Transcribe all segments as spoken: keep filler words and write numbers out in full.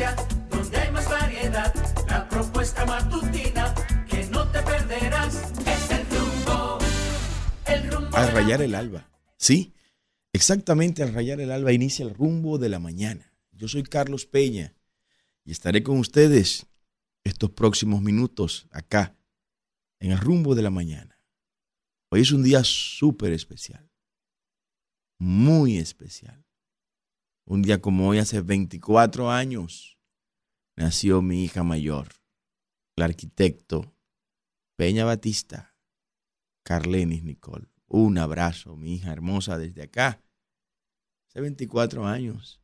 frecuencia, donde hay más variedad, la propuesta matutina que no te perderás. Es el rumbo, el rumbo. Al rayar el alba. Sí, exactamente al rayar el alba inicia el rumbo de la mañana. Yo soy Carlos Peña y estaré con ustedes estos próximos minutos acá en el rumbo de la mañana. Hoy es un día súper especial, muy especial. Un día como hoy, hace veinticuatro años, nació mi hija mayor, el arquitecto Peña Batista, Carlenis Nicole. Un abrazo, mi hija hermosa, desde acá. Hace veinticuatro años.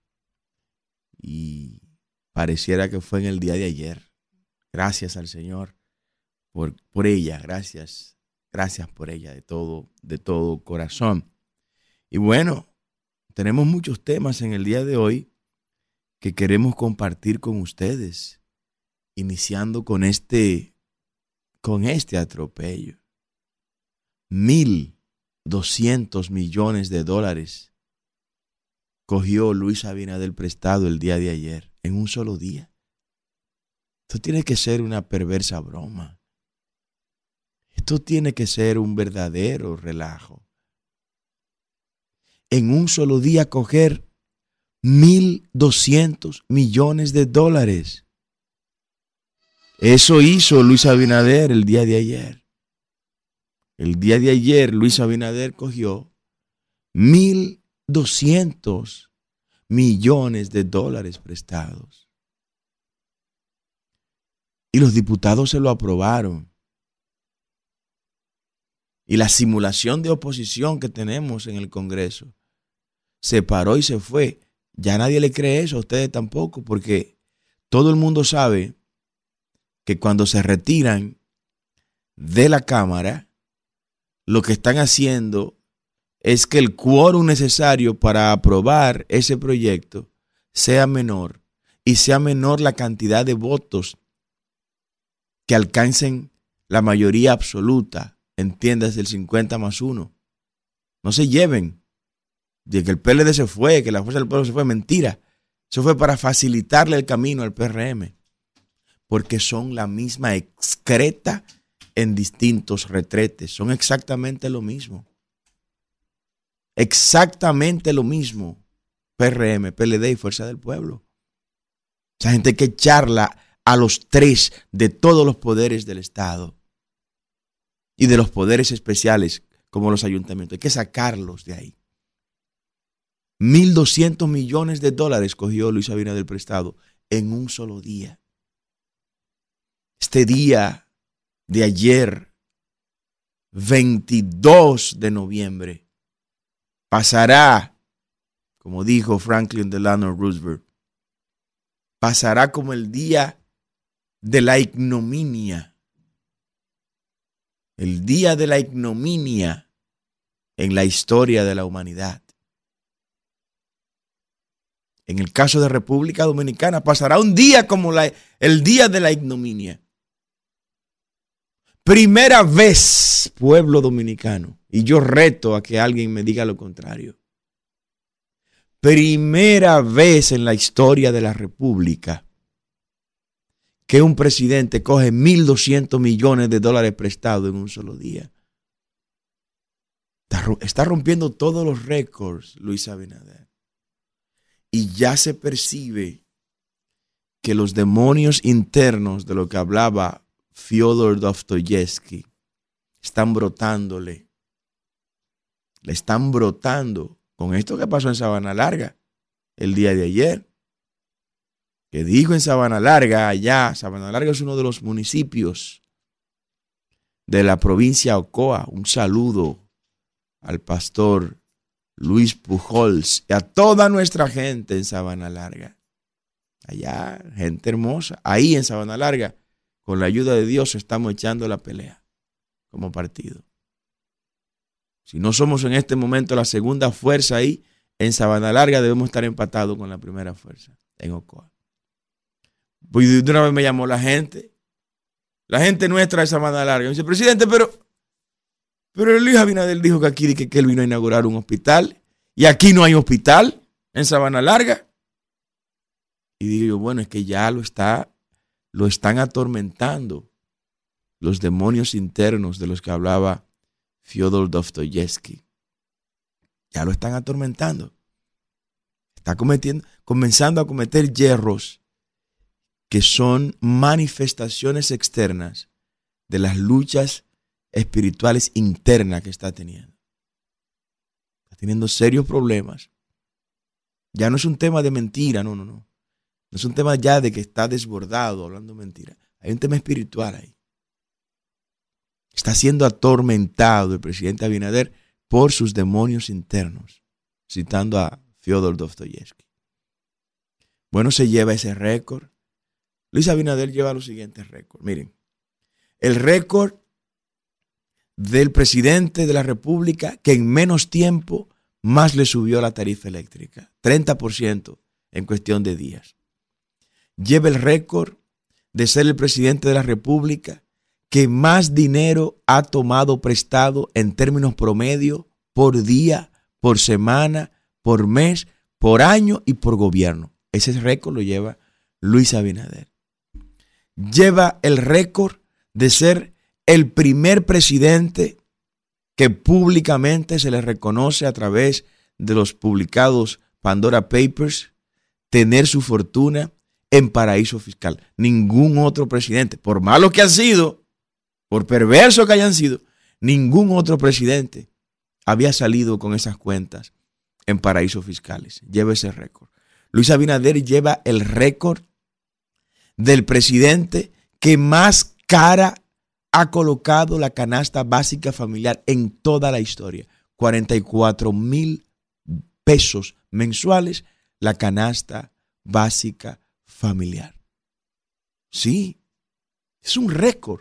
Y pareciera que fue en el día de ayer. Gracias al Señor por, por ella. Gracias, gracias por ella de todo, de todo corazón. Y bueno, tenemos muchos temas en el día de hoy que queremos compartir con ustedes, iniciando con este, con este atropello. Mil doscientos millones de dólares cogió Luis Abinader prestado el día de ayer, en un solo día. Esto tiene que ser una perversa broma. Esto tiene que ser un verdadero relajo. En un solo día coger mil doscientos millones de dólares. Eso hizo Luis Abinader el día de ayer. El día de ayer Luis Abinader cogió mil doscientos millones de dólares prestados. Y los diputados se lo aprobaron. Y la simulación de oposición que tenemos en el Congreso se paró y se fue. Ya nadie le cree eso, a ustedes tampoco, porque todo el mundo sabe que cuando se retiran de la Cámara, lo que están haciendo es que el quórum necesario para aprobar ese proyecto sea menor y sea menor la cantidad de votos que alcancen la mayoría absoluta, entiendas, el cincuenta más uno. No se lleven de que el P L D se fue, que la Fuerza del Pueblo se fue. Mentira. Eso fue para facilitarle el camino al P R M, porque son la misma excreta en distintos retretes. Son exactamente lo mismo. Exactamente lo mismo. P R M, P L D y Fuerza del Pueblo. Esa gente que charla a los tres de todos los poderes del Estado y de los poderes especiales como los ayuntamientos. Hay que sacarlos de ahí. mil doscientos millones de dólares cogió Luis Abinader prestado en un solo día. Este día de ayer, veintidós de noviembre, pasará, como dijo Franklin Delano Roosevelt, pasará como el día de la ignominia. El día de la ignominia en la historia de la humanidad. En el caso de República Dominicana pasará un día como la, el día de la ignominia. Primera vez, pueblo dominicano, y yo reto a que alguien me diga lo contrario. Primera vez en la historia de la República que un presidente coge mil doscientos millones de dólares prestados en un solo día. Está, está rompiendo todos los récords, Luis Abinader. Y ya se percibe que los demonios internos de lo que hablaba Fyodor Dostoyevsky están brotándole. Le están brotando con esto que pasó en Sabana Larga el día de ayer. Que dijo en Sabana Larga, allá, Sabana Larga es uno de los municipios de la provincia Ocoa. Un saludo al pastor Luis Pujols y a toda nuestra gente en Sabana Larga. Allá, gente hermosa. Ahí en Sabana Larga, con la ayuda de Dios, estamos echando la pelea como partido. Si no somos en este momento la segunda fuerza ahí, en Sabana Larga debemos estar empatados con la primera fuerza en Ocoa. Pues de una vez me llamó la gente, la gente nuestra de Sabana Larga. Me dice, presidente, pero, pero Luis Abinader dijo que aquí que, que él vino a inaugurar un hospital y aquí no hay hospital en Sabana Larga. Y digo yo, bueno, es que ya lo, está, lo están atormentando los demonios internos de los que hablaba Fyodor Dostoyevsky. Ya lo están atormentando. Está cometiendo, comenzando a cometer yerros que son manifestaciones externas de las luchas espirituales internas que está teniendo. Está teniendo serios problemas. Ya no es un tema de mentira, no, no, no. No es un tema ya de que está desbordado hablando mentira. Hay un tema espiritual ahí. Está siendo atormentado el presidente Abinader por sus demonios internos, citando a Fyodor Dostoyevsky. Bueno, se lleva ese récord. Luis Abinader lleva los siguientes récords. Miren, el récord del presidente de la República que en menos tiempo más le subió la tarifa eléctrica, treinta por ciento en cuestión de días. Lleva el récord de ser el presidente de la República que más dinero ha tomado prestado en términos promedio por día, por semana, por mes, por año y por gobierno. Ese récord lo lleva Luis Abinader. Lleva el récord de ser el primer presidente que públicamente se le reconoce a través de los publicados Pandora Papers tener su fortuna en paraíso fiscal. Ningún otro presidente, por malo que han sido, por perverso que hayan sido, ningún otro presidente había salido con esas cuentas en paraísos fiscales. Lleva ese récord. Luis Abinader lleva el récord del presidente que más cara ha colocado la canasta básica familiar en toda la historia. cuarenta y cuatro mil pesos mensuales la canasta básica familiar. Sí, es un récord.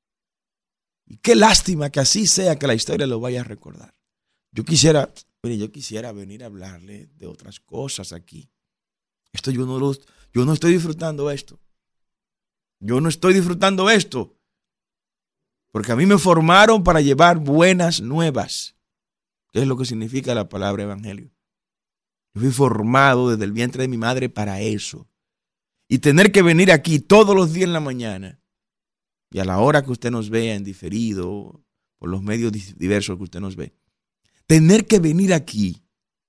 Y qué lástima que así sea, que la historia lo vaya a recordar. Yo quisiera, mire, yo quisiera venir a hablarle de otras cosas aquí. Esto yo no lo, yo no estoy disfrutando esto. Yo no estoy disfrutando esto. Porque a mí me formaron para llevar buenas nuevas. ¿Qué es lo que significa la palabra evangelio? Yo fui formado desde el vientre de mi madre para eso. Y tener que venir aquí todos los días en la mañana y a la hora que usted nos vea en diferido, por los medios diversos que usted nos ve, tener que venir aquí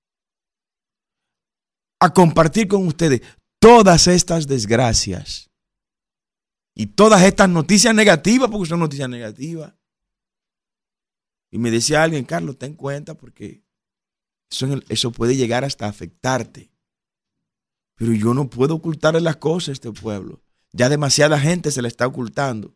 a compartir con ustedes todas estas desgracias y todas estas noticias negativas, porque son noticias negativas. Y me decía alguien, Carlos, ten cuenta porque eso, eso puede llegar hasta afectarte. Pero yo no puedo ocultarle las cosas a este pueblo. Ya demasiada gente se le está ocultando.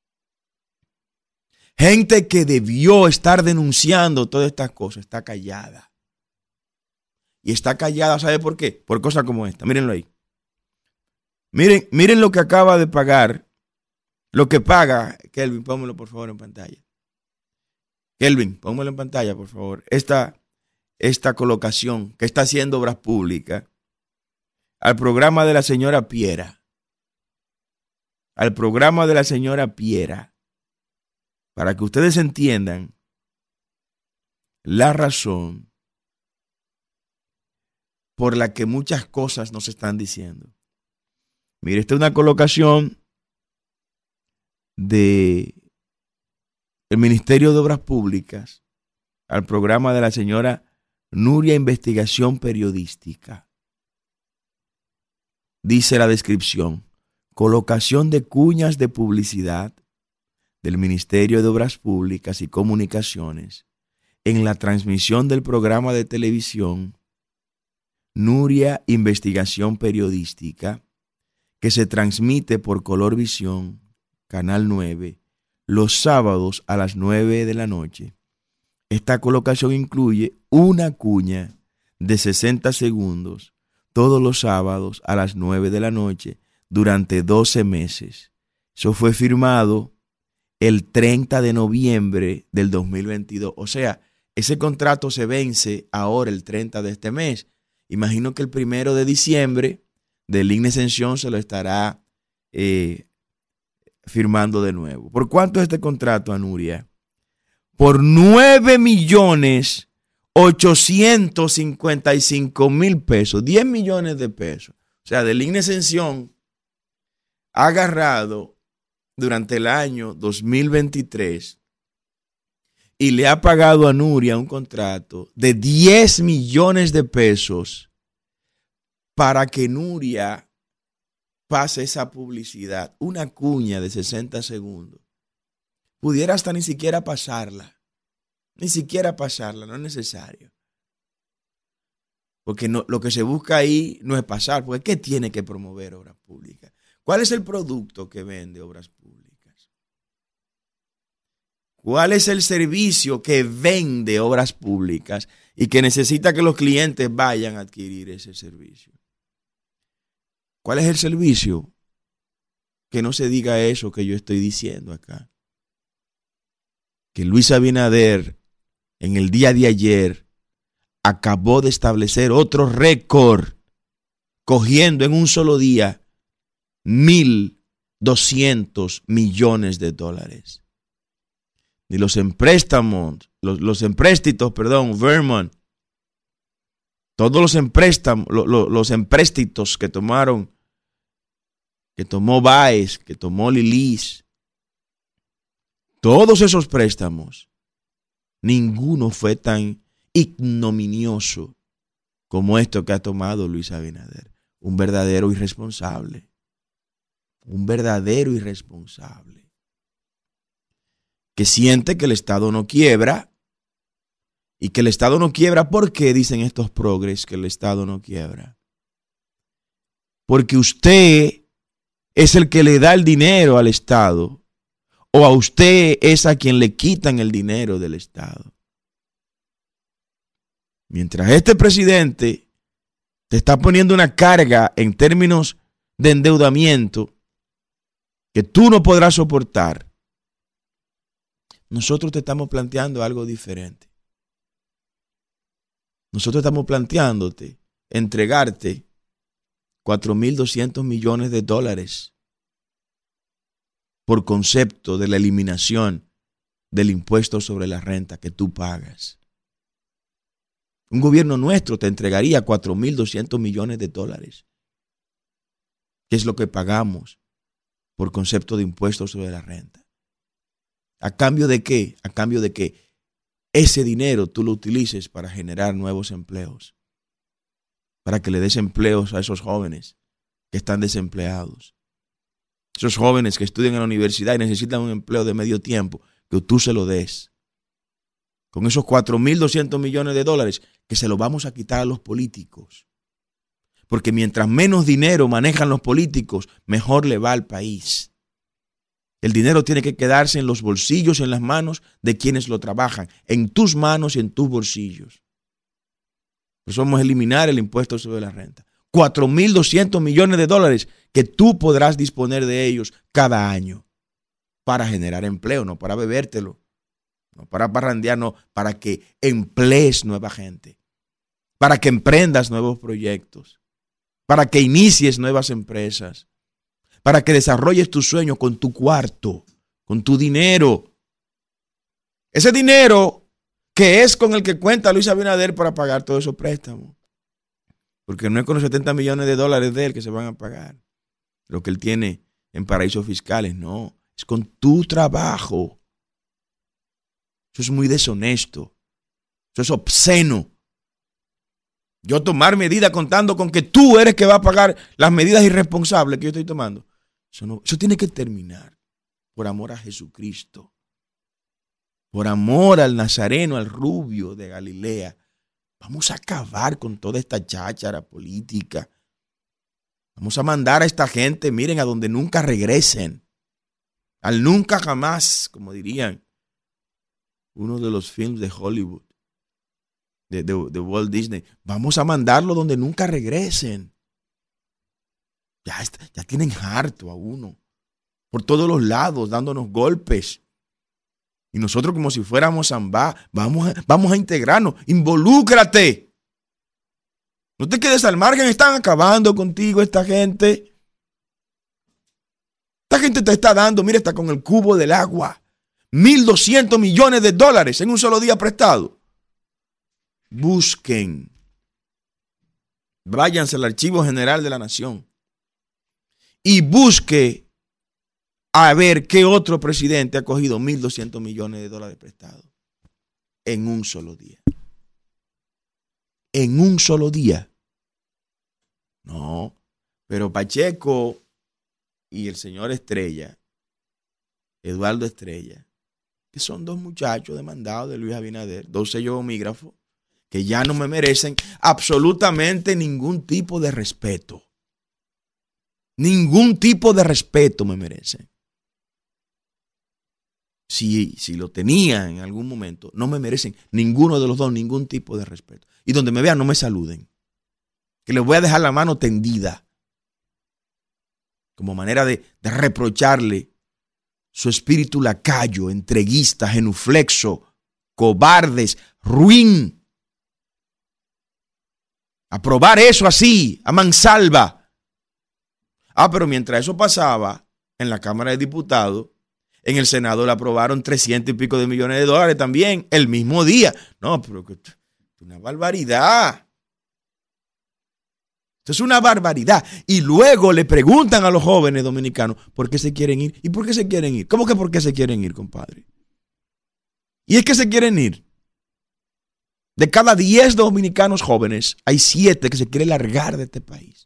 Gente que debió estar denunciando todas estas cosas está callada. Y está callada, ¿sabe por qué? Por cosas como esta. Mírenlo ahí. Miren, miren lo que acaba de pagar. Lo que paga. Kelvin, pónmelo por favor en pantalla. Kelvin, pónmelo en pantalla, por favor. Esta, esta colocación que está haciendo Obras Públicas al programa de la señora Piera. Al programa de la señora Piera. Para que ustedes entiendan la razón por la que muchas cosas nos están diciendo. Mire, esta es una colocación de el Ministerio de Obras Públicas al programa de la señora Nuria Investigación Periodística. Dice la descripción: colocación de cuñas de publicidad del Ministerio de Obras Públicas y Comunicaciones en la transmisión del programa de televisión Nuria Investigación Periodística, que se transmite por Colorvisión, Canal nueve, los sábados a las nueve de la noche. Esta colocación incluye una cuña de sesenta segundos todos los sábados a las nueve de la noche durante doce meses. Eso fue firmado el treinta de noviembre del dos mil veintidós. O sea, ese contrato se vence ahora el treinta de este mes. Imagino que el primero de diciembre del I N E Ascensión se lo estará eh, firmando de nuevo. ¿Por cuánto es este contrato, Anuria? Por nueve millones ochocientos cincuenta y cinco mil pesos, diez millones de pesos. O sea, del I N E Exención ha agarrado durante el año dos mil veintitrés y le ha pagado a Nuria un contrato de diez millones de pesos para que Nuria pase esa publicidad, una cuña de sesenta segundos. Pudiera hasta ni siquiera pasarla, ni siquiera pasarla, no es necesario. Porque no, lo que se busca ahí no es pasar, porque ¿qué tiene que promover obras públicas? ¿Cuál es el producto que vende obras públicas? ¿Cuál es el servicio que vende obras públicas y que necesita que los clientes vayan a adquirir ese servicio? ¿Cuál es el servicio? Que no se diga eso que yo estoy diciendo acá. Que Luis Abinader en el día de ayer acabó de establecer otro récord, cogiendo en un solo día mil doscientos millones de dólares. Ni los empréstamos, los, los empréstitos, perdón, Vermont, todos los empréstamos, los, los, los empréstitos que tomaron, que tomó Baez, que tomó Lilis, todos esos préstamos, ninguno fue tan ignominioso como esto que ha tomado Luis Abinader. Un verdadero irresponsable. Un verdadero irresponsable. Que siente que el Estado no quiebra. Y que el Estado no quiebra. ¿Por qué dicen estos progres que el Estado no quiebra? Porque usted es el que le da el dinero al Estado. O a usted es a quien le quitan el dinero del Estado. Mientras este presidente te está poniendo una carga en términos de endeudamiento que tú no podrás soportar, nosotros te estamos planteando algo diferente. Nosotros estamos planteándote entregarte cuatro mil doscientos millones de dólares por concepto de la eliminación del impuesto sobre la renta que tú pagas. Un gobierno nuestro te entregaría cuatro mil doscientos millones de dólares, que es lo que pagamos por concepto de impuesto sobre la renta. ¿A cambio de qué? A cambio de que ese dinero tú lo utilices para generar nuevos empleos, para que le des empleos a esos jóvenes que están desempleados. Esos jóvenes que estudian en la universidad y necesitan un empleo de medio tiempo, que tú se lo des. Con esos cuatro mil doscientos millones de dólares que se los vamos a quitar a los políticos. Porque mientras menos dinero manejan los políticos, mejor le va al país. El dinero tiene que quedarse en los bolsillos y en las manos de quienes lo trabajan, en tus manos y en tus bolsillos. Por eso vamos a eliminar el impuesto sobre la renta. cuatro mil doscientos millones de dólares que tú podrás disponer de ellos cada año para generar empleo, no para bebértelo. No para parrandear, no, para que emplees nueva gente, para que emprendas nuevos proyectos, para que inicies nuevas empresas, para que desarrolles tus sueños con tu cuarto, con tu dinero. Ese dinero que es con el que cuenta Luis Abinader para pagar todos esos préstamos. Porque no es con los setenta millones de dólares de él que se van a pagar lo que él tiene en paraísos fiscales, no, es con tu trabajo. Eso es muy deshonesto. Eso es obsceno. Yo tomar medidas contando con que tú eres que va a pagar las medidas irresponsables que yo estoy tomando. Eso, no, eso tiene que terminar. Por amor a Jesucristo. Por amor al Nazareno, al rubio de Galilea. Vamos a acabar con toda esta cháchara política. Vamos a mandar a esta gente, miren, a donde nunca regresen. Al nunca jamás, como dirían uno de los films de Hollywood, de, de, de Walt Disney. Vamos a mandarlo donde nunca regresen. Ya, está, ya tienen harto a uno. Por todos los lados, dándonos golpes. Y nosotros como si fuéramos Zambá, vamos a, vamos a integrarnos. Involúcrate. No te quedes al margen, están acabando contigo esta gente. Esta gente te está dando, mira, está con el cubo del agua. mil doscientos millones de dólares en un solo día prestado. Busquen. váyanse al Archivo General de la Nación y busque a ver qué otro presidente ha cogido mil doscientos millones de dólares prestados en un solo día. En un solo día. No, pero Pacheco y el señor Estrella, Eduardo Estrella, que son dos muchachos demandados de Luis Abinader, dos sellos homígrafos, que ya no me merecen absolutamente ningún tipo de respeto. Ningún tipo de respeto me merecen. Si, si lo tenía en algún momento, no me merecen ninguno de los dos ningún tipo de respeto. Y donde me vean, no me saluden. Que les voy a dejar la mano tendida. Como manera de, de reprocharle su espíritu lacayo, entreguista, genuflexo, cobardes, ruin. Aprobar eso así, a mansalva. Ah, pero mientras eso pasaba en la Cámara de Diputados, en el Senado le aprobaron trescientos y pico de millones de dólares también, el mismo día. No, pero que una barbaridad. Esto es una barbaridad. Y luego le preguntan a los jóvenes dominicanos por qué se quieren ir. ¿Y por qué se quieren ir? ¿Cómo que por qué se quieren ir, compadre? Y es que se quieren ir. De cada diez dominicanos jóvenes, hay siete que se quieren largar de este país.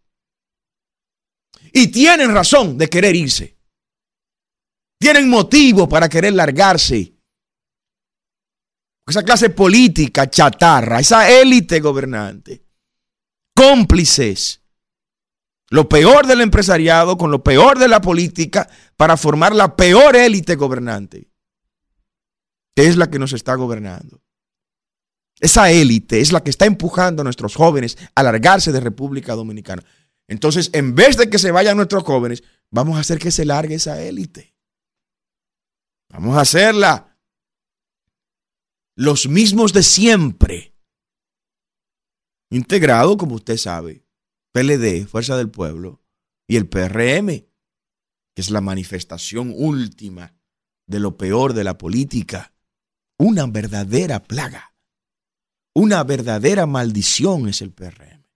Y tienen razón de querer irse. Tienen motivo para querer largarse. Esa clase política chatarra, esa élite gobernante, cómplices, lo peor del empresariado con lo peor de la política para formar la peor élite gobernante, que es la que nos está gobernando. Esa élite es la que está empujando a nuestros jóvenes a largarse de República Dominicana. Entonces, en vez de que se vayan nuestros jóvenes, vamos a hacer que se largue esa élite. Vamos a hacerla. Los mismos de siempre. Integrado, como usted sabe, P L D, Fuerza del Pueblo, y el P R M, que es la manifestación última de lo peor de la política. Una verdadera plaga. Una verdadera maldición es el P R M.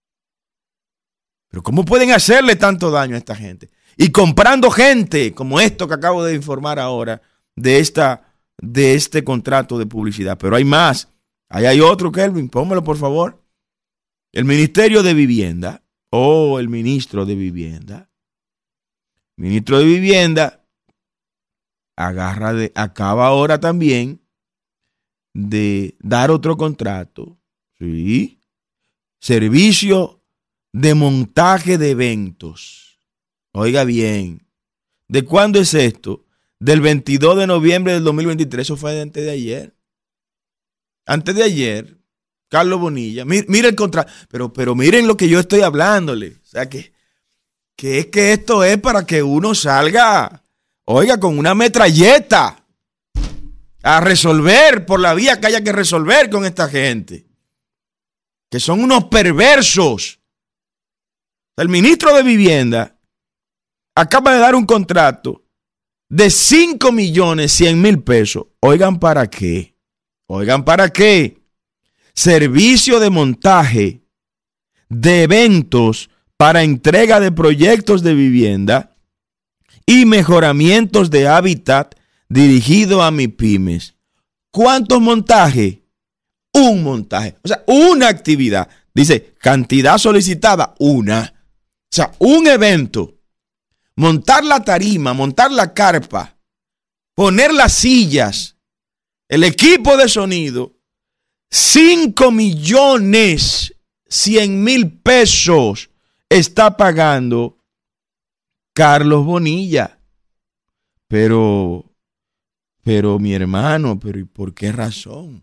Pero ¿cómo pueden hacerle tanto daño a esta gente? Y comprando gente como esto que acabo de informar ahora de, esta, de este contrato de publicidad. Pero hay más. Ahí hay otro, Kelvin. Pónmelo, por favor. El Ministerio de Vivienda, o oh, el ministro de Vivienda. Ministro de Vivienda agarra de, acaba ahora también de dar otro contrato. ¿Sí? Servicio de montaje de eventos. Oiga bien. ¿De cuándo es esto? Del veintidós de noviembre del dos mil veintitrés. Eso fue antes de ayer. Antes de ayer, Carlos Bonilla. Mira, mira el contrato. Pero, pero miren lo que yo estoy hablándole. O sea, que, que es que esto es para que uno salga, oiga, con una metralleta a resolver por la vía que haya que resolver con esta gente. Que son unos perversos. El ministro de Vivienda acaba de dar un contrato de cinco millones cien mil pesos. Oigan, ¿para qué? Oigan, ¿para qué? Servicio de montaje de eventos para entrega de proyectos de vivienda y mejoramientos de hábitat dirigido a MIPYMES. ¿Cuántos montajes? Un montaje. O sea, una actividad. Dice, cantidad solicitada, una. O sea, un evento. Montar la tarima, montar la carpa, poner las sillas, el equipo de sonido, cinco millones cien mil pesos está pagando Carlos Bonilla. Pero, pero mi hermano, pero ¿y por qué razón?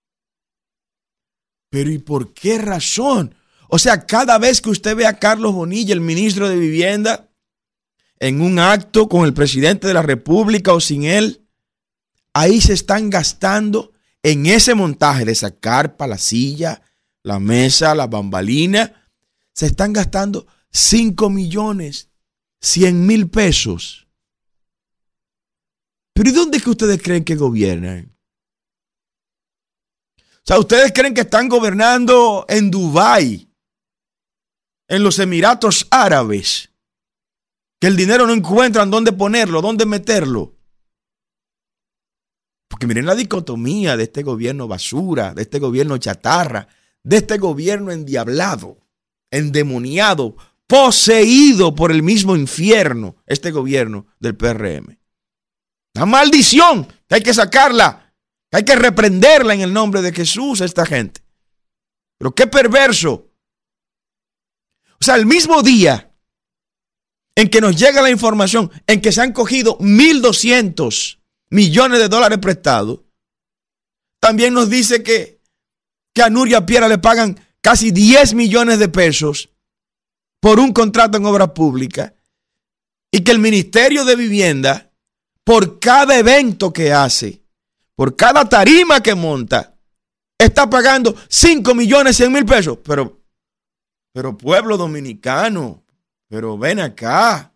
Pero ¿y por qué razón? O sea, cada vez que usted ve a Carlos Bonilla, el ministro de Vivienda, en un acto con el presidente de la República o sin él, ahí se están gastando en ese montaje de esa carpa, la silla, la mesa, la bambalina, se están gastando cinco millones cien mil pesos. Pero ¿y dónde es que ustedes creen que gobiernan? O sea, ustedes creen que están gobernando en Dubái, en los Emiratos Árabes, que el dinero no encuentran dónde ponerlo, dónde meterlo. Porque miren la dicotomía de este gobierno basura, de este gobierno chatarra, de este gobierno endiablado, endemoniado, poseído por el mismo infierno, este gobierno del P R M. La maldición que hay que sacarla, que hay que reprenderla en el nombre de Jesús a esta gente. Pero qué perverso. O sea, el mismo día en que nos llega la información en que se han cogido mil doscientos millones de dólares prestados, también nos dice que, que a Nuria Piera le pagan casi diez millones de pesos por un contrato en obra pública y que el Ministerio de Vivienda, por cada evento que hace, por cada tarima que monta, está pagando cinco millones cien mil pesos. Pero, pero pueblo dominicano, pero ven acá.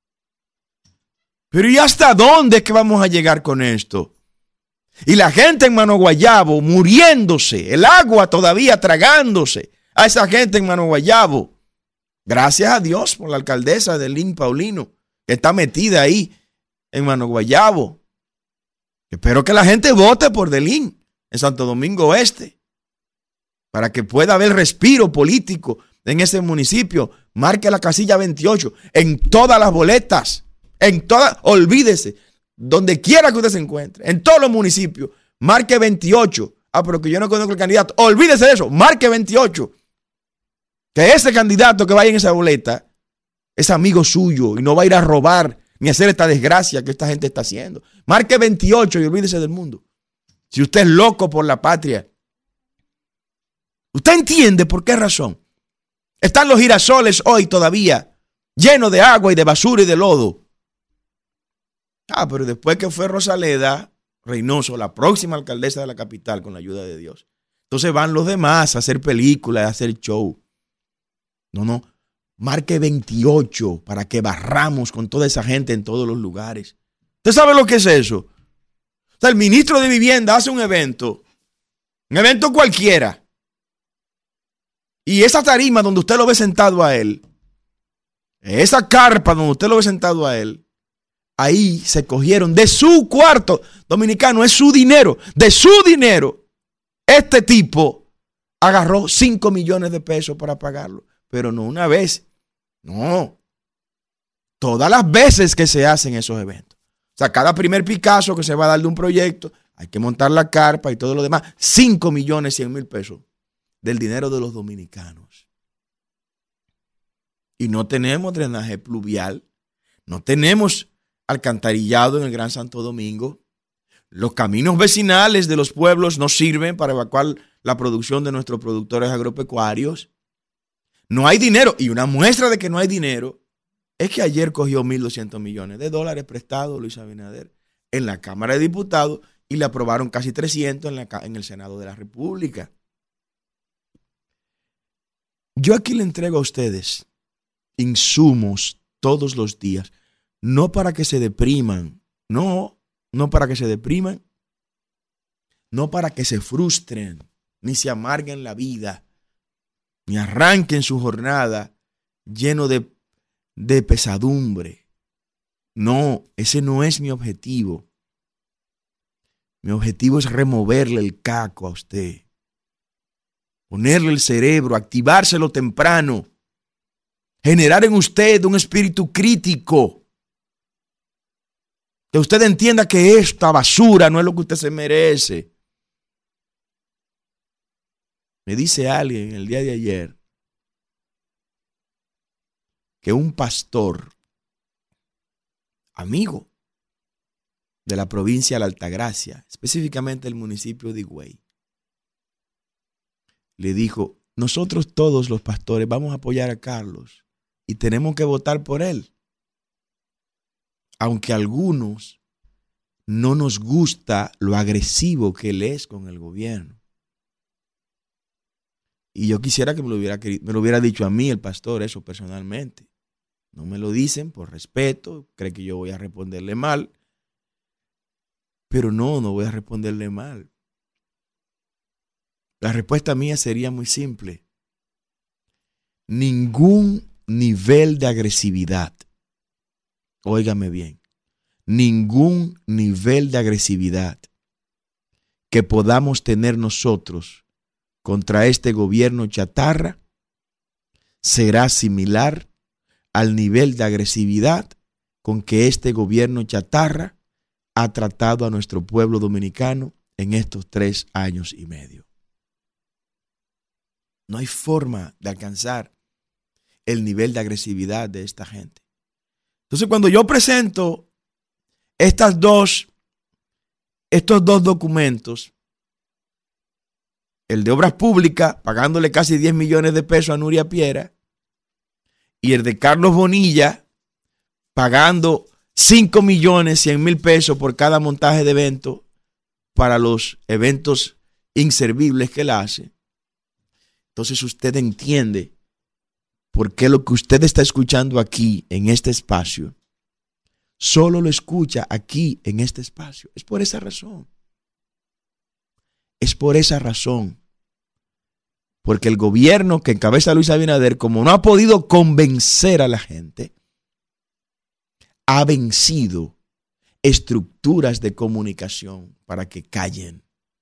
Pero ¿y hasta dónde es que vamos a llegar con esto? Y la gente en Mano Guayabo muriéndose, el agua todavía tragándose a esa gente en Mano Guayabo. Gracias a Dios por la alcaldesa de Lynn Paulino, que está metida ahí en Mano Guayabo. Espero que la gente vote por Delín en Santo Domingo Oeste para que pueda haber respiro político en ese municipio. Marque la casilla veintiocho en todas las boletas, en todas, olvídese, donde quiera que usted se encuentre, en todos los municipios, marque veintiocho. Ah, pero que yo no conozco el candidato. Olvídese de eso, marque veintiocho. Que ese candidato que vaya en esa boleta es amigo suyo y no va a ir a robar ni a hacer esta desgracia que esta gente está haciendo. Marque veintiocho y olvídese del mundo. Si usted es loco por la patria. ¿Usted entiende por qué razón? Están los girasoles hoy todavía llenos de agua y de basura y de lodo. Ah, pero después que fue Rosaleda Reynoso, la próxima alcaldesa de la capital, con la ayuda de Dios, entonces van los demás a hacer películas, a hacer show. No, no, marque veintiocho para que barramos con toda esa gente en todos los lugares. ¿Usted sabe lo que es eso? O sea, el ministro de Vivienda hace un evento, un evento cualquiera, y esa tarima donde usted lo ve sentado a él, esa carpa donde usted lo ve sentado a él, ahí se cogieron de su cuarto dominicano, es su dinero, de su dinero. Este tipo agarró cinco millones de pesos para pagarlo, pero no una vez, no, todas las veces que se hacen esos eventos. O sea, cada primer Picasso que se va a dar de un proyecto, hay que montar la carpa y todo lo demás, cinco millones cien mil pesos del dinero de los dominicanos. Y no tenemos drenaje pluvial, no tenemos alcantarillado en el Gran Santo Domingo. Los caminos vecinales de los pueblos no sirven para evacuar la producción de nuestros productores agropecuarios. No hay dinero. Y una muestra de que no hay dinero es que ayer cogió mil doscientos millones de dólares prestados Luis Abinader en la Cámara de Diputados y le aprobaron casi trescientos en, la, en el Senado de la República. Yo aquí le entrego a ustedes insumos todos los días. No para que se depriman, no, no para que se depriman, no para que se frustren, ni se amarguen la vida, ni arranquen su jornada lleno de, de pesadumbre. No, ese no es mi objetivo. Mi objetivo es removerle el caco a usted, ponerle el cerebro, activárselo temprano, generar en usted un espíritu crítico. Que usted entienda que esta basura no es lo que usted se merece. Me dice alguien el día de ayer que un pastor, amigo de la provincia de la Altagracia, específicamente el municipio de Higüey, le dijo: nosotros todos los pastores vamos a apoyar a Carlos y tenemos que votar por él. Aunque a algunos no nos gusta lo agresivo que él es con el gobierno. Y yo quisiera que me lo hubiera, me lo hubiera dicho a mí el pastor eso personalmente. No me lo dicen por respeto, cree que yo voy a responderle mal. Pero no, no voy a responderle mal. La respuesta mía sería muy simple. ningún nivel de agresividad, óigame bien, ningún nivel de agresividad que podamos tener nosotros contra este gobierno chatarra será similar al nivel de agresividad con que este gobierno chatarra ha tratado a nuestro pueblo dominicano en estos tres años y medio. No hay forma de alcanzar el nivel de agresividad de esta gente. Entonces, cuando yo presento estas dos, estos dos documentos, el de Obras Públicas, pagándole casi diez millones de pesos a Nuria Piera, y el de Carlos Bonilla, pagando cinco millones cien mil pesos por cada montaje de evento para los eventos inservibles que él hace. Entonces usted entiende por qué lo que usted está escuchando aquí en este espacio, solo lo escucha aquí en este espacio. Es por esa razón. Es por esa razón. Porque el gobierno que encabeza Luis Abinader, como no ha podido convencer a la gente, ha vencido estructuras de comunicación para que callen,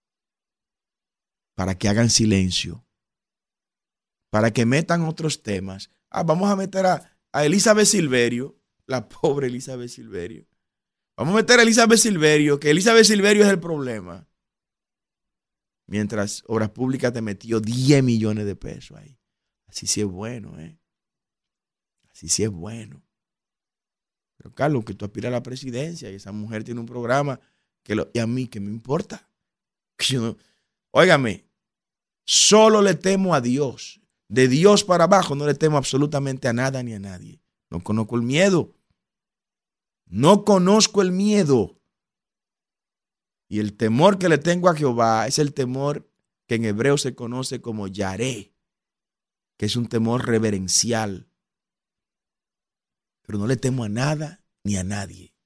para que hagan silencio, para que metan otros temas. Ah, vamos a meter a, a Elizabeth Silverio, la pobre Elizabeth Silverio. Vamos a meter a Elizabeth Silverio, que Elizabeth Silverio es el problema. Mientras Obras Públicas te metió diez millones de pesos ahí. Así sí es bueno, ¿eh? Así sí es bueno. Pero Carlos, que tú aspiras a la presidencia y esa mujer tiene un programa que lo, y a mí, ¿qué me importa? Que yo no, óigame, solo le temo a Dios. De Dios para abajo no le temo absolutamente a nada ni a nadie. No conozco el miedo. No conozco el miedo. Y el temor que le tengo a Jehová es el temor que en hebreo se conoce como yaré, que es un temor reverencial. Pero no le temo a nada ni a nadie.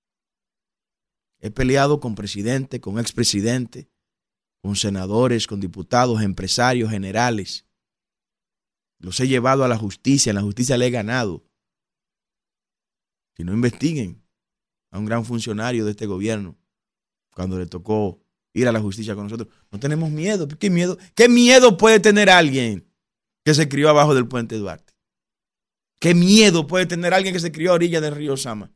He peleado con presidente, con expresidente, con senadores, con diputados, empresarios, generales. Los he llevado a la justicia, en la justicia le he ganado. Si no, investiguen a un gran funcionario de este gobierno cuando le tocó ir a la justicia con nosotros. No tenemos miedo. ¿Qué miedo? ¿Qué miedo puede tener alguien que se crió abajo del puente Duarte? ¿Qué miedo puede tener alguien que se crió a orilla del río Sama?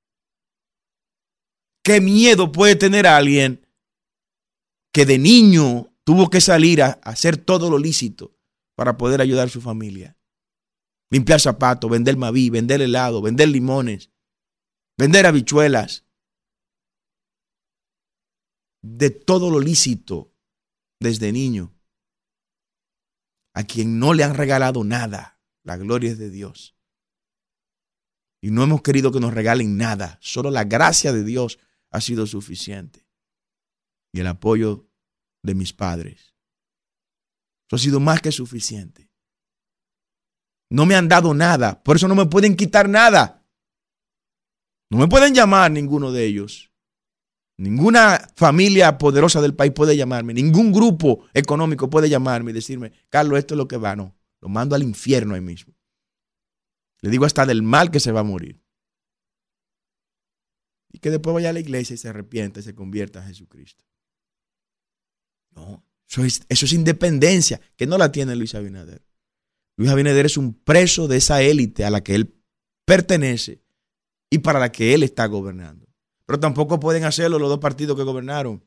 ¿Qué miedo puede tener alguien que de niño tuvo que salir a hacer todo lo lícito para poder ayudar a su familia? Limpiar zapatos, vender maví, vender helado, vender limones, vender habichuelas. De todo lo lícito desde niño. A quien no le han regalado nada, la gloria es de Dios. Y no hemos querido que nos regalen nada. Solo la gracia de Dios ha sido suficiente. Y el apoyo de mis padres. Eso ha sido más que suficiente. No me han dado nada. Por eso no me pueden quitar nada. No me pueden llamar ninguno de ellos. Ninguna familia poderosa del país puede llamarme. Ningún grupo económico puede llamarme y decirme, Carlos, esto es lo que va. No, lo mando al infierno ahí mismo. Le digo hasta del mal que se va a morir. Y que después vaya a la iglesia y se arrepienta y se convierta a Jesucristo. No, eso es, eso es independencia, que no la tiene Luis Abinader. Luis Abinader es un preso de esa élite a la que él pertenece y para la que él está gobernando. Pero tampoco pueden hacerlo los dos partidos que gobernaron.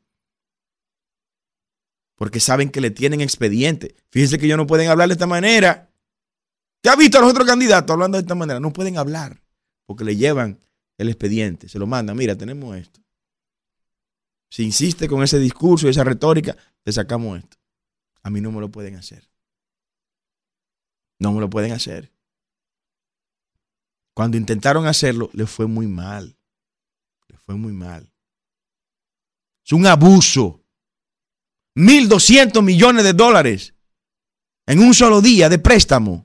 Porque saben que le tienen expediente. Fíjense que ellos no pueden hablar de esta manera. ¿Qué ha visto a los otros candidatos hablando de esta manera? No pueden hablar porque le llevan el expediente. Se lo mandan. Mira, tenemos esto. Si insiste con ese discurso y esa retórica, te sacamos esto. A mí no me lo pueden hacer. No me lo pueden hacer. Cuando intentaron hacerlo, les fue muy mal. Les fue muy mal. Es un abuso. mil doscientos millones de dólares en un solo día de préstamo.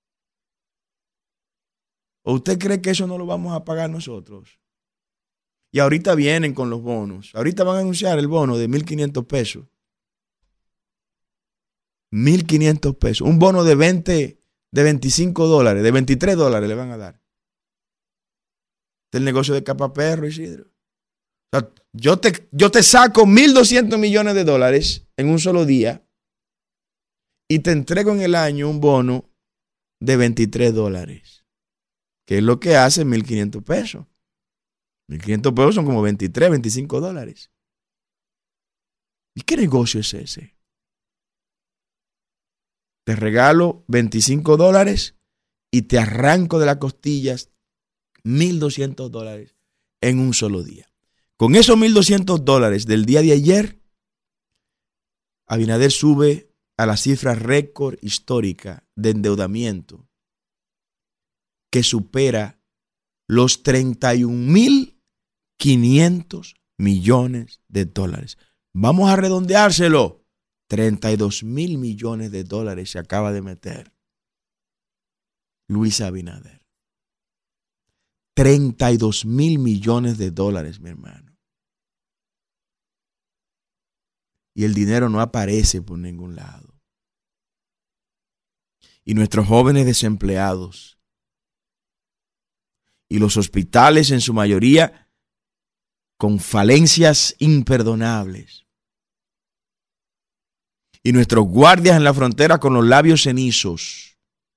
¿O usted cree que eso no lo vamos a pagar nosotros? Y ahorita vienen con los bonos. Ahorita van a anunciar el bono de mil quinientos pesos. mil quinientos pesos. Un bono de veinte de veinticinco dólares, de veintitrés dólares le van a dar. Del negocio de Capaperro, Isidro. O sea, yo te, yo te saco mil doscientos millones de dólares en un solo día y te entrego en el año un bono de veintitrés dólares, que es lo que hace mil quinientos pesos. mil quinientos pesos son como veintitrés, veinticinco dólares. ¿Y qué negocio es ese? Te regalo veinticinco dólares y te arranco de las costillas mil doscientos dólares en un solo día. Con esos mil doscientos dólares del día de ayer, Abinader sube a la cifra récord histórica de endeudamiento que supera los treinta y un mil quinientos millones de dólares. Vamos a redondeárselo. treinta y dos mil millones de dólares se acaba de meter Luis Abinader. treinta y dos mil millones de dólares, mi hermano. Y el dinero no aparece por ningún lado. Y nuestros jóvenes desempleados y los hospitales en su mayoría con falencias imperdonables. Y nuestros guardias en la frontera con los labios cenizos.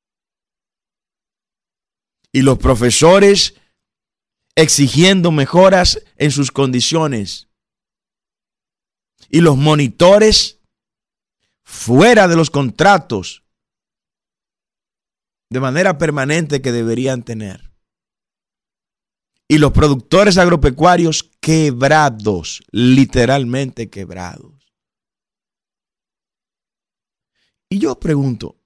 Y los profesores exigiendo mejoras en sus condiciones. Y los monitores fuera de los contratos de manera permanente que deberían tener. Y los productores agropecuarios quebrados, literalmente quebrados. Y yo pregunto,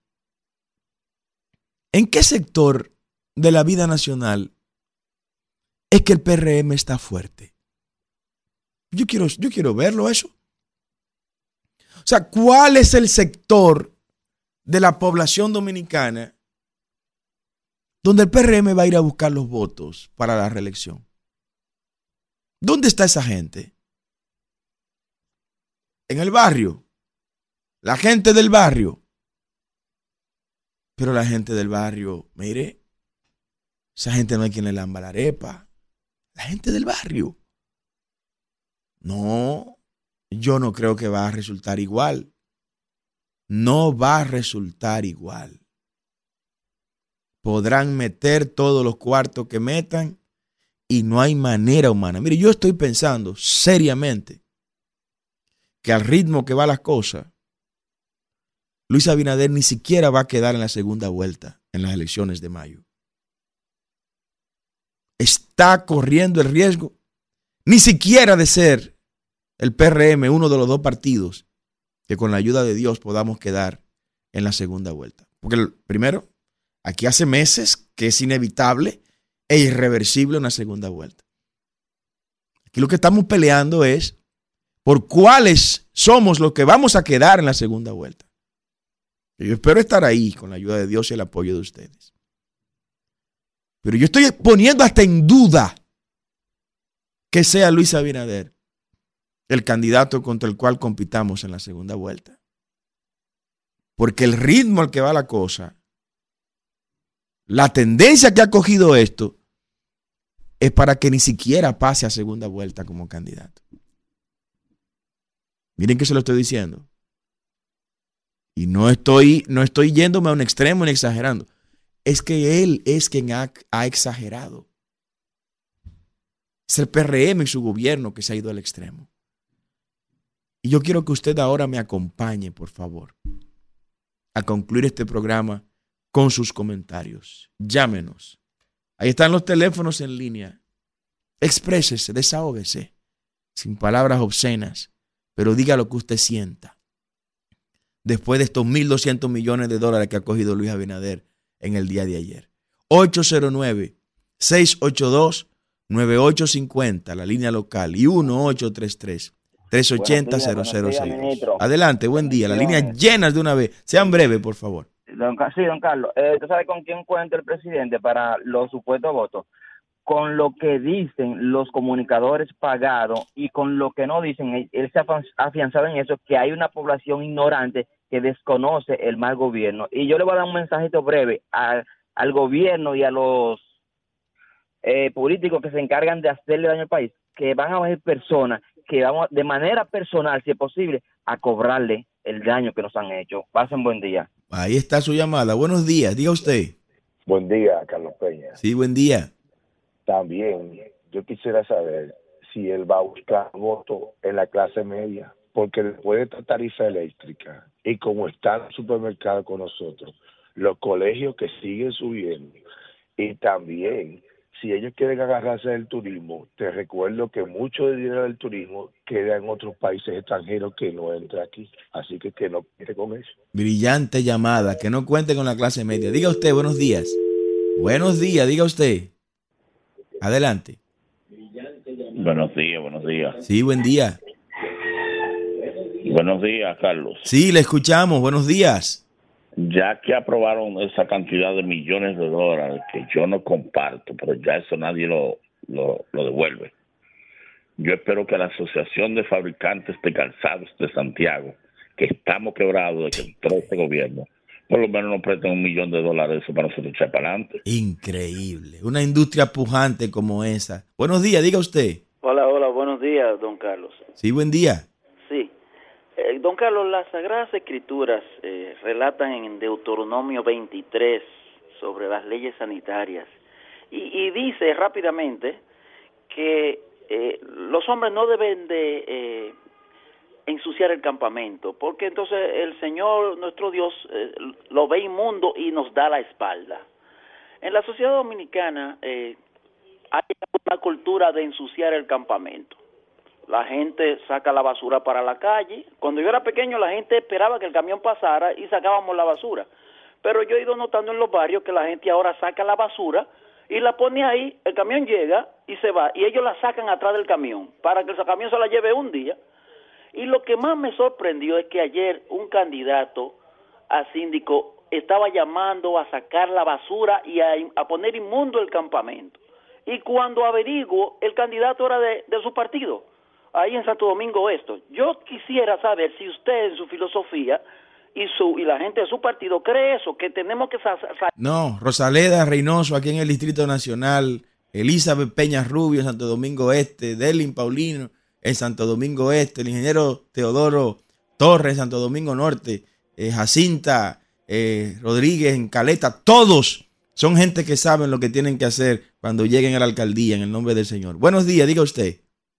¿en qué sector de la vida nacional es que el P R M está fuerte? Yo quiero, yo quiero verlo eso. O sea, ¿cuál es el sector de la población dominicana donde el P R M va a ir a buscar los votos para la reelección? ¿Dónde está esa gente? En el barrio. La gente del barrio. Pero la gente del barrio, mire, esa gente no hay quien le lamba la arepa. La gente del barrio. No, yo no creo que va a resultar igual. No va a resultar igual. Podrán meter todos los cuartos que metan y no hay manera humana. Mire, yo estoy pensando seriamente que al ritmo que va las cosas, Luis Abinader ni siquiera va a quedar en la segunda vuelta en las elecciones de mayo. Está corriendo el riesgo ni siquiera de ser el P R M uno de los dos partidos que con la ayuda de Dios podamos quedar en la segunda vuelta. Porque el, primero, aquí hace meses que es inevitable e irreversible una segunda vuelta. Aquí lo que estamos peleando es por cuáles somos los que vamos a quedar en la segunda vuelta. Y yo espero estar ahí con la ayuda de Dios y el apoyo de ustedes. Pero yo estoy poniendo hasta en duda que sea Luis Abinader el candidato contra el cual compitamos en la segunda vuelta. Porque el ritmo al que va la cosa, la tendencia que ha cogido esto, es para que ni siquiera pase a segunda vuelta como candidato. Miren que se lo estoy diciendo. Y no estoy, no estoy yéndome a un extremo ni exagerando. Es que él es quien ha, ha exagerado. Es el P R M y su gobierno que se ha ido al extremo. Y yo quiero que usted ahora me acompañe, por favor, a concluir este programa con sus comentarios. Llámenos. Ahí están los teléfonos en línea. Exprésese, desahógese, sin palabras obscenas, pero diga lo que usted sienta. Después de estos mil doscientos millones de dólares que ha cogido Luis Abinader en el día de ayer. ocho cero nueve, seis ocho dos, nueve ocho cinco cero, la línea local, y uno ocho tres tres, tres ocho cero, cero cero seis dos. Adelante, buen día. Las líneas llenas de una vez. Sean breves, por favor. Don, sí, don Carlos. Eh, ¿Tú sabes con quién cuenta el presidente para los supuestos votos? con lo que dicen los comunicadores pagados y con lo que no dicen, él, él se ha afianzado en eso, que hay una población ignorante que desconoce el mal gobierno. Y yo le voy a dar un mensajito breve a, al gobierno y a los eh, políticos que se encargan de hacerle daño al país, que van a haber personas que vamos de manera personal, si es posible, a cobrarle el daño que nos han hecho. Pasen buen día. Ahí está su llamada. Buenos días, diga usted. Buen día, Carlos Peña. Sí, buen día. También yo quisiera saber si él va a buscar voto en la clase media, porque después de esta tarifa eléctrica y como está el supermercado con nosotros, los colegios que siguen subiendo, y también si ellos quieren agarrarse del turismo, te recuerdo que mucho del dinero del turismo queda en otros países extranjeros que no entra aquí, así que que no cuente con eso. Brillante llamada, que no cuente con la clase media. Diga usted, buenos días. Buenos días, diga usted. Adelante. Buenos días, buenos días. Sí, buen día. Buenos días, Carlos. Sí, le escuchamos, buenos días. Ya que aprobaron esa cantidad de millones de dólares, que yo no comparto, pero ya eso nadie lo, lo, lo devuelve. Yo espero que la Asociación de Fabricantes de Calzados de Santiago, que estamos quebrados de que entró este gobierno, por lo menos nos presten un millón de dólares eso para nosotros echar para adelante. Increíble, una industria pujante como esa. Buenos días, diga usted. Hola, hola, buenos días, don Carlos. Sí, buen día. Sí. Eh, don Carlos, las Sagradas Escrituras eh, relatan en Deuteronomio veintitrés sobre las leyes sanitarias y, y dice rápidamente que eh, los hombres no deben de eh, ensuciar el campamento, porque entonces el Señor, nuestro Dios, eh, lo ve inmundo y nos da la espalda. En la sociedad dominicana eh, hay una cultura de ensuciar el campamento. La gente saca la basura para la calle. Cuando yo era pequeño, la gente esperaba que el camión pasara y sacábamos la basura. Pero yo he ido notando en los barrios que la gente ahora saca la basura y la pone ahí, el camión llega y se va, y ellos la sacan atrás del camión para que el camión se la lleve un día. Y lo que más me sorprendió es que ayer un candidato a síndico estaba llamando a sacar la basura y a, a poner inmundo el campamento. Y cuando averiguo, el candidato era de, de su partido, ahí en Santo Domingo Este. Yo quisiera saber si usted en su filosofía y su y la gente de su partido cree eso, que tenemos que... Sa sa no, Rosaleda Reynoso aquí en el Distrito Nacional, Elizabeth Peña Rubio en Santo Domingo Este, Delin Paulino en Santo Domingo Este, el ingeniero Teodoro Torres en Santo Domingo Norte, eh, Jacinta eh, Rodríguez en Caleta, todos son gente que saben lo que tienen que hacer cuando lleguen a la alcaldía en el nombre del Señor. Buenos días, diga usted.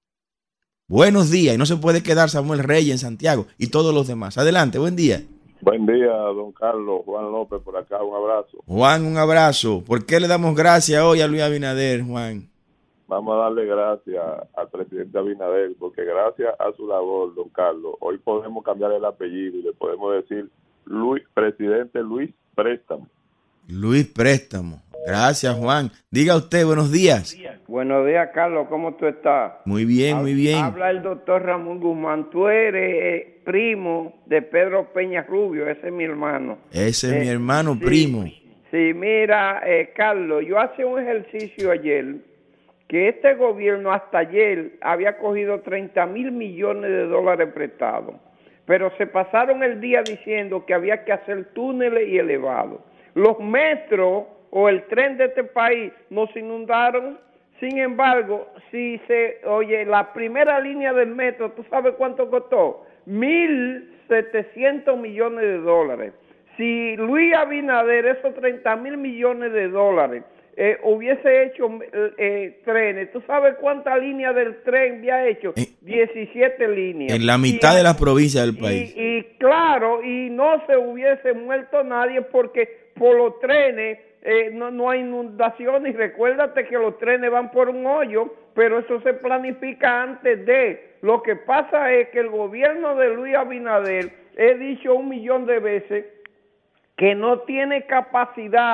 Buenos días, y no se puede quedar Samuel Reyes en Santiago y todos los demás. Adelante, buen día. Buen día, don Carlos. Juan López por acá, un abrazo. Juan, un abrazo. ¿Por qué le damos gracias hoy a Luis Abinader, Juan? Vamos a darle gracias al presidente Abinader, porque gracias a su labor, don Carlos, hoy podemos cambiar el apellido y le podemos decir Luis, presidente Luis Préstamo. Luis Préstamo. Gracias, Juan. Diga usted, buenos días. Buenos días, Carlos. ¿Cómo tú estás? Muy bien, muy bien. Habla el doctor Ramón Guzmán. Tú eres eh, primo de Pedro Peña Rubio. Ese es mi hermano. Ese es eh, mi hermano sí, primo. Sí, mira, eh, Carlos, yo hacía un ejercicio ayer que este gobierno hasta ayer había cogido treinta mil millones de dólares prestados, pero se pasaron el día diciendo que había que hacer túneles y elevados. Los metros o el tren de este país nos inundaron. Sin embargo, si se, oye, la primera línea del metro, ¿tú sabes cuánto costó? mil setecientos millones de dólares. Si Luis Abinader, esos treinta mil millones de dólares, eh, hubiese hecho eh, trenes, ¿tú sabes cuántas líneas del tren había hecho? Eh, diecisiete líneas. En la mitad y, de las provincias del país. Y, y claro, y no se hubiese muerto nadie porque por los trenes eh, no, no hay inundaciones. Y recuérdate que los trenes van por un hoyo, pero eso se planifica antes de. Lo que pasa es que el gobierno de Luis Abinader, he dicho un millón de veces, que no tiene capacidad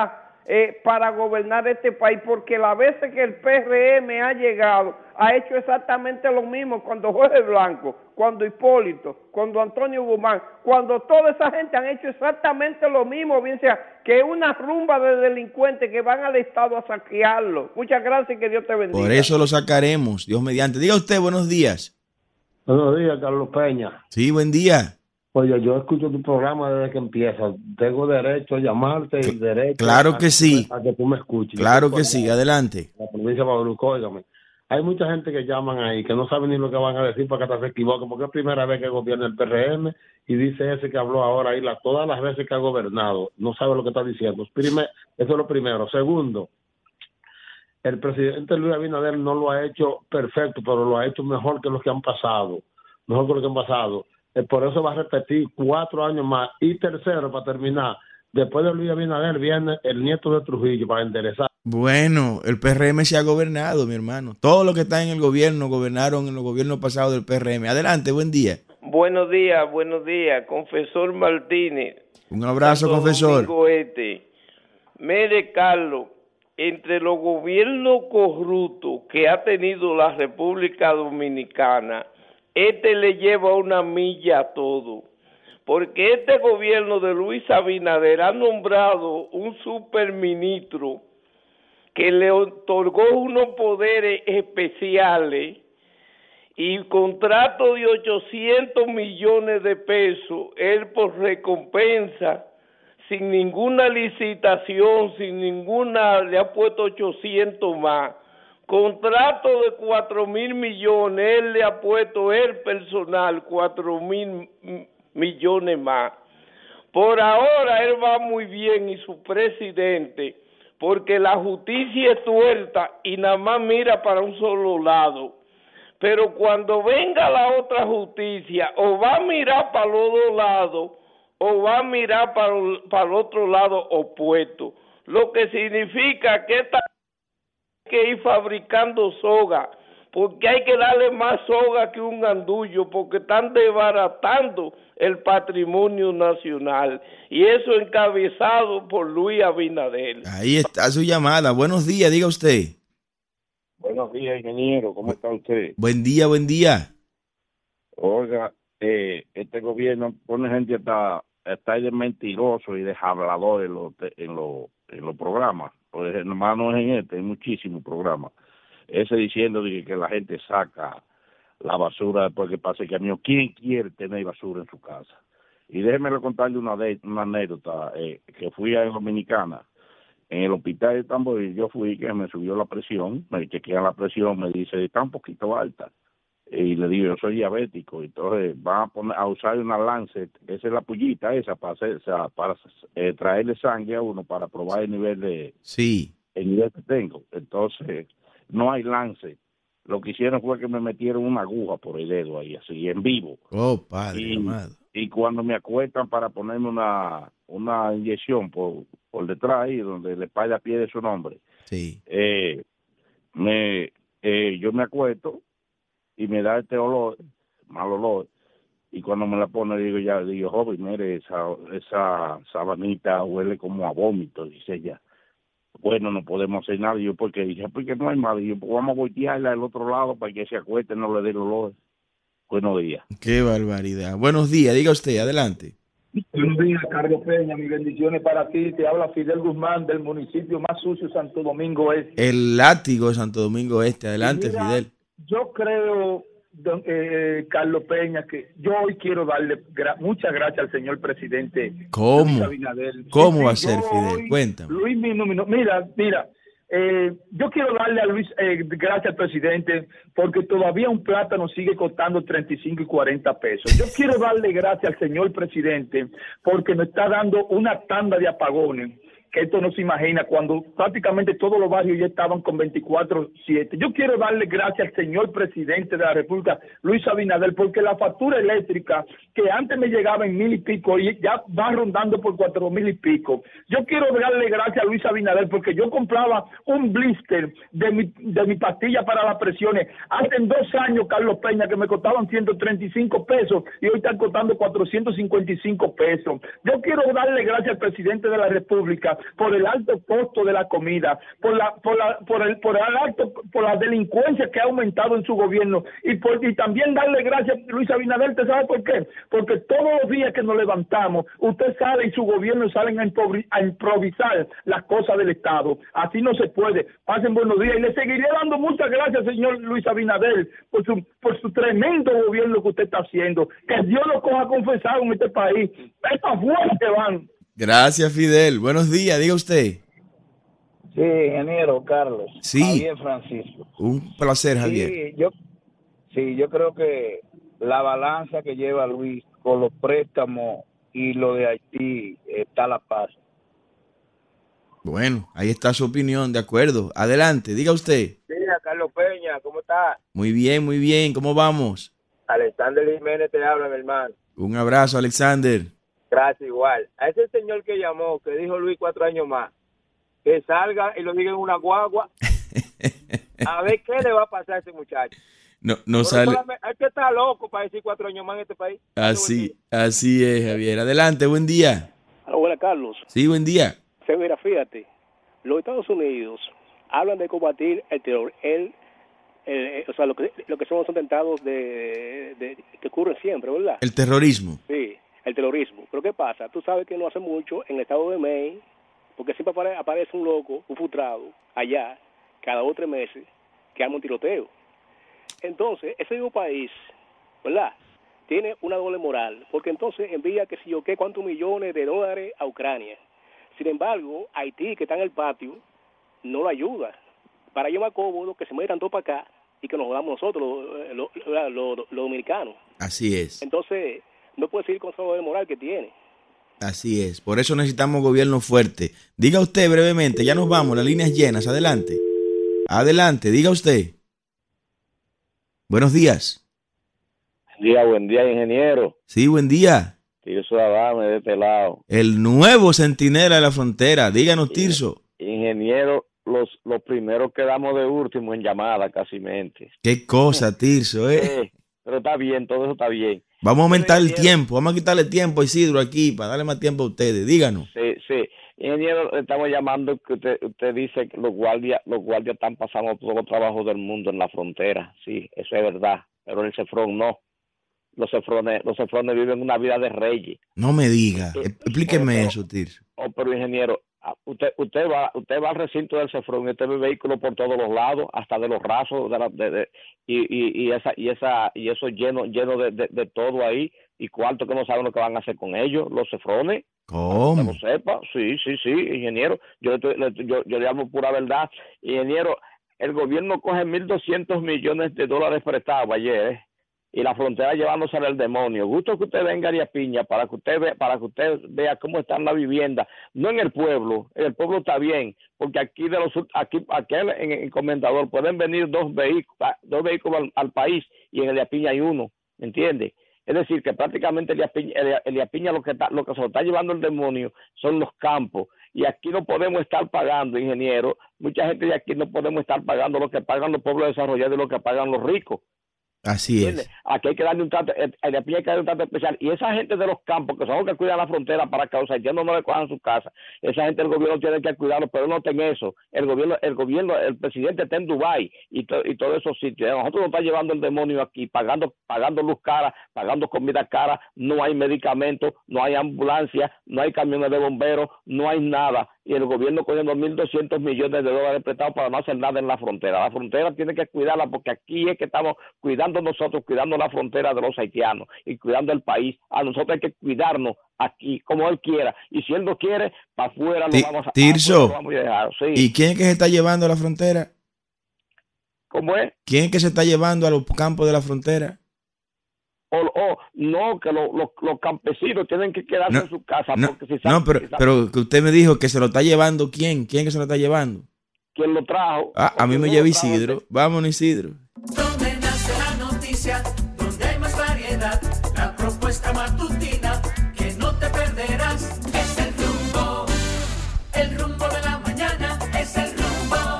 eh, para gobernar este país, porque las veces que el P R M ha llegado, ha hecho exactamente lo mismo cuando Jorge Blanco, cuando Hipólito, cuando Antonio Guzmán, cuando toda esa gente han hecho exactamente lo mismo, bien sea que una rumba de delincuentes que van al Estado a saquearlo. Muchas gracias y que Dios te bendiga. Por eso lo sacaremos, Dios mediante. Diga usted, buenos días. Buenos días, Carlos Peña. Sí, buen día. Oye, yo escucho tu programa desde que empieza. Tengo derecho a llamarte y derecho claro a, que sí. a que tú me escuches. Claro que sí, adelante. La provincia de Bauruco, óigame. Hay mucha gente que llaman ahí que no saben ni lo que van a decir para que hasta se equivoquen, porque es primera vez que gobierna el P R M y dice ese que habló ahora ahí, la, todas las veces que ha gobernado, no sabe lo que está diciendo. Primer, eso es lo primero. Segundo, el presidente Luis Abinader no lo ha hecho perfecto, pero lo ha hecho mejor que los que han pasado. Mejor que los que han pasado. Por eso va a repetir cuatro años más. Y tercero, para terminar, después de Luis Abinader viene el nieto de Trujillo para enderezar. Bueno, el P R M se ha gobernado, mi hermano. Todos los que están en el gobierno gobernaron en los gobiernos pasados del P R M. Adelante, buen día. Buenos días, buenos días, confesor Martínez. Un abrazo, Santo confesor. Domingo Este. Mire, Carlos, entre los gobiernos corruptos que ha tenido la República Dominicana, este le lleva una milla a todo, porque este gobierno de Luis Abinader ha nombrado un superministro que le otorgó unos poderes especiales y contrato de ochocientos millones de pesos, él por recompensa, sin ninguna licitación, sin ninguna, le ha puesto ochocientos más. Contrato de cuatro mil millones, él le ha puesto el personal cuatro mil millones más. Por ahora él va muy bien y su presidente, porque la justicia es tuerta y nada más mira para un solo lado. Pero cuando venga la otra justicia, o va a mirar para los dos lados, o va a mirar para, para el otro lado opuesto. Lo que significa que esta que ir fabricando soga, porque hay que darle más soga que un gandullo, porque están desbaratando el patrimonio nacional, y eso encabezado por Luis Abinader. Ahí está su llamada. Buenos días, diga usted. Buenos días, ingeniero, ¿cómo está usted? Buen día, buen día. Oiga, eh, este gobierno pone gente hasta, está ahí de mentiroso y de hablador en los en los en los programas. Pues nomás no es en este, hay muchísimos programas. Ese diciendo de que la gente saca la basura después que pase el camión. ¿Quién quiere tener basura en su casa? Y déjeme contarle una, de, una anécdota, eh, que fui a Dominicana, en el hospital de Tamboril, yo fui, que me subió la presión, me chequean la presión, me dice, está un poquito alta. Y le digo, yo soy diabético, entonces van a poner a usar una Lancet, esa es la pullita esa, para hacer, o sea, para eh, traerle sangre a uno para probar el nivel de sí. el nivel que tengo. Entonces, no hay Lancet. Lo que hicieron fue que me metieron una aguja por el dedo ahí, así, en vivo. Oh, padre y, amado. Y cuando me acuestan para ponerme una, una inyección por, por detrás ahí, donde le paga a pie de su nombre, sí. eh, me, eh, yo me acuesto y me da este olor, mal olor, y cuando me la pone, digo, ya, digo, joven, mire, esa, esa sabanita huele como a vómito, dice ella. Bueno, no podemos hacer nada. Y yo, porque dije, porque no hay más. Y yo, pues vamos a voltearla al otro lado para que se acueste, no le dé el olor. Buenos días. Qué barbaridad. Buenos días, diga usted, adelante. Buenos días, Carlos Peña, mis bendiciones para ti. Te habla Fidel Guzmán del municipio más sucio, Santo Domingo Este. El látigo de Santo Domingo Este. Adelante, mira, Fidel. Yo creo, don, eh, Carlos Peña, que yo hoy quiero darle gra muchas gracias al señor presidente. ¿Cómo? ¿Cómo sí, va a sí, ser, Fidel? Hoy, Cuéntame. Luis, mira, mira. Eh, yo quiero darle a Luis eh, gracias al presidente porque todavía un plátano sigue costando treinta y cinco y cuarenta pesos. Yo quiero darle gracias al señor presidente porque nos está dando una tanda de apagones que esto no se imagina, cuando prácticamente todos los barrios ya estaban con veinticuatro siete. Yo quiero darle gracias al señor presidente de la República, Luis Abinader, porque la factura eléctrica, que antes me llegaba en mil y pico, y ya va rondando por cuatro mil y pico. Yo quiero darle gracias a Luis Abinader, porque yo compraba un blister de mi, de mi pastilla para las presiones hace dos años, Carlos Peña, que me costaban ciento treinta y cinco pesos, y hoy están costando cuatrocientos cincuenta y cinco pesos. Yo quiero darle gracias al presidente de la República, por el alto costo de la comida, por la por la por el por el alto por la delincuencia que ha aumentado en su gobierno y por y también darle gracias a Luis Abinader. ¿Te sabe por qué? Porque todos los días que nos levantamos, usted sale y su gobierno salen a, improvi- a improvisar las cosas del Estado. Así no se puede. Pasen buenos días y le seguiré dando muchas gracias, señor Luis Abinader, por su por su tremendo gobierno que usted está haciendo. Que Dios lo coja confesado en este país. Estas fuertes van. Gracias, Fidel. Buenos días, diga usted. Sí, ingeniero Carlos. Sí. Javier Francisco. Un placer, Javier. Sí, yo, sí, yo creo que la balanza que lleva Luis con los préstamos y lo de Haití está a la paz. Bueno, ahí está su opinión, de acuerdo. Adelante, diga usted. Mira, Carlos Peña, ¿cómo estás? Muy bien, muy bien. ¿Cómo vamos? Alexander Jiménez te habla, mi hermano. Un abrazo, Alexander. Gracias, igual. A ese señor que llamó, que dijo Luis cuatro años más, que salga y lo diga en una guagua, a ver qué le va a pasar a ese muchacho. No, no sale. Es que está loco para decir cuatro años más en este país. Así, así es, Javier. Adelante, buen día. Hola, Carlos. Sí, buen día. Sí, mira, fíjate, los Estados Unidos hablan de combatir el terror, el, el, o sea, lo que, lo que son los atentados de, de, que ocurren siempre, ¿verdad? El terrorismo. Sí, el terrorismo. Pero ¿qué pasa? Tú sabes que no hace mucho en el estado de Maine, porque siempre apare, aparece un loco, un frustrado, allá, cada dos o tres meses, que arma un tiroteo. Entonces, ese mismo país, ¿verdad?, tiene una doble moral, porque entonces envía, que si yo qué, cuántos millones de dólares a Ucrania. Sin embargo, Haití, que está en el patio, no lo ayuda. Para ello más cómodo que se metan todos para acá y que nos jodamos nosotros, los, los, los, los, los dominicanos. Así es. Entonces, no puede seguir con esa doble moral que tiene. Así es. Por eso necesitamos gobierno fuerte. Diga usted brevemente, ya nos vamos, las líneas llenas. Adelante. Adelante, diga usted. Buenos días. Buen día, buen día, ingeniero. Sí, buen día. Tirso Adame de este lado. El nuevo centinela de la frontera. Díganos, Tirso. Ingeniero, los los primeros quedamos de último en llamada, casi mente. Qué cosa, Tirso, ¿eh? Sí, pero está bien, todo eso está bien. Vamos a aumentar el tiempo, vamos a quitarle tiempo a Isidro aquí para darle más tiempo a ustedes. Díganos. Sí, sí. Ingeniero, le estamos llamando que usted, usted dice que los guardias, los guardias están pasando todos los trabajos del mundo en la frontera. Sí, eso es verdad, pero en el Cefrón no. Los cefrones, los cefrones viven una vida de reyes. No me diga, explíqueme pero, eso, Tirso. Oh, pero ingeniero, usted usted va usted va al recinto del Cefrón y usted ve vehículos por todos los lados, hasta de los rasos, de la, de, de, y, y, y esa y esa y eso lleno lleno de, de, de todo ahí y cuarto que no saben lo que van a hacer con ellos, los cefrones. ¿Cómo? Que lo sepa, sí, sí, sí, ingeniero. Yo le, yo, yo le hablo pura verdad, ingeniero. El gobierno coge mil doscientos millones de dólares prestados ayer, ¿eh? Y la frontera llevándose al demonio. Gusto que usted venga a Arias Piña para que usted vea, para que usted vea cómo está la vivienda, no en el pueblo, en el pueblo está bien, porque aquí de los aquí aquí en el Comendador pueden venir dos vehículos, dos vehículos al, al país y en Arias Piña hay uno, ¿me entiende? Es decir, que prácticamente Arias Piña, Arias Piña lo que está, lo que se lo está llevando el demonio son los campos. Y aquí no podemos estar pagando, ingeniero, mucha gente de aquí no podemos estar pagando lo que pagan los pueblos desarrollados y lo que pagan los ricos. Así es. Aquí hay que darle un trato, a la piña hay que darle un trato especial. Y esa gente de los campos, que son los que cuidan la frontera para que los haitianos no le cojan su casa, esa gente el gobierno tiene que cuidarlo, pero no ten eso. El gobierno, el gobierno, el presidente está en Dubái y, to, y todos esos sitios. Nosotros nos está llevando el demonio aquí, pagando, pagando luz cara, pagando comida cara, no hay medicamentos, no hay ambulancia, no hay camiones de bomberos, no hay nada. Y el gobierno cogiendo mil doscientos millones de dólares prestados para no hacer nada en la frontera. La frontera tiene que cuidarla porque aquí es que estamos cuidando nosotros, cuidando la frontera de los haitianos y cuidando el país. A nosotros hay que cuidarnos aquí como él quiera. Y si él no quiere, para afuera lo vamos a, Tirso, lo vamos a dejar. Sí. ¿Y quién es que se está llevando a la frontera? ¿Cómo es? ¿Quién es que se está llevando a los campos de la frontera? O, o no, que lo, lo, los campesinos tienen que quedarse no, en su casa. No, porque si no saben, pero, si saben, pero que usted me dijo que se lo está llevando. ¿Quién? ¿Quién que se lo está llevando? ¿Quién lo trajo? Ah, a mí me lleva Isidro. Vámonos, Isidro. Donde nace la noticia, donde hay más variedad, la propuesta matutina que no te perderás. Es el rumbo, el rumbo de la mañana, es el rumbo,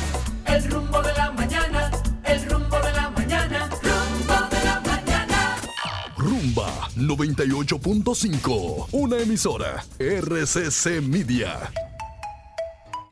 el rumbo de la mañana, el rumbo de la mañana, rumbo de la mañana. Rumba noventa y ocho punto cinco, una emisora R C C Media.